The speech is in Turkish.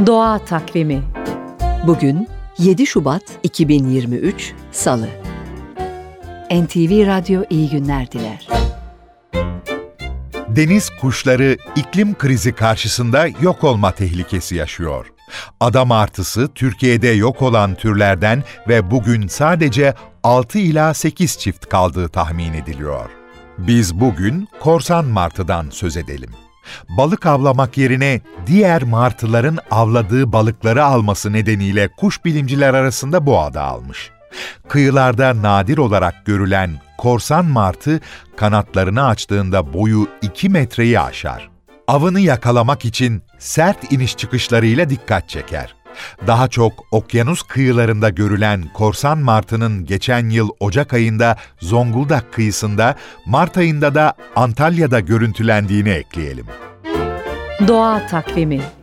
Doğa Takvimi. Bugün 7 Şubat 2023 Salı. NTV Radyo iyi günler diler. Deniz kuşları iklim krizi karşısında yok olma tehlikesi yaşıyor. Ada martısı Türkiye'de yok olan türlerden ve bugün sadece 6 ila 8 çift kaldığı tahmin ediliyor. Biz bugün korsan martıdan söz edelim. Balık avlamak yerine diğer martıların avladığı balıkları alması nedeniyle kuş bilimciler arasında bu adı almış. Kıyılarda nadir olarak görülen korsan martı kanatlarını açtığında boyu 2 metreyi aşar. Avını yakalamak için sert iniş çıkışlarıyla dikkat çeker. Daha çok okyanus kıyılarında görülen korsan martının geçen yıl Ocak ayında Zonguldak kıyısında, Mart ayında da Antalya'da görüntülendiğini ekleyelim. Doğa Takvimi.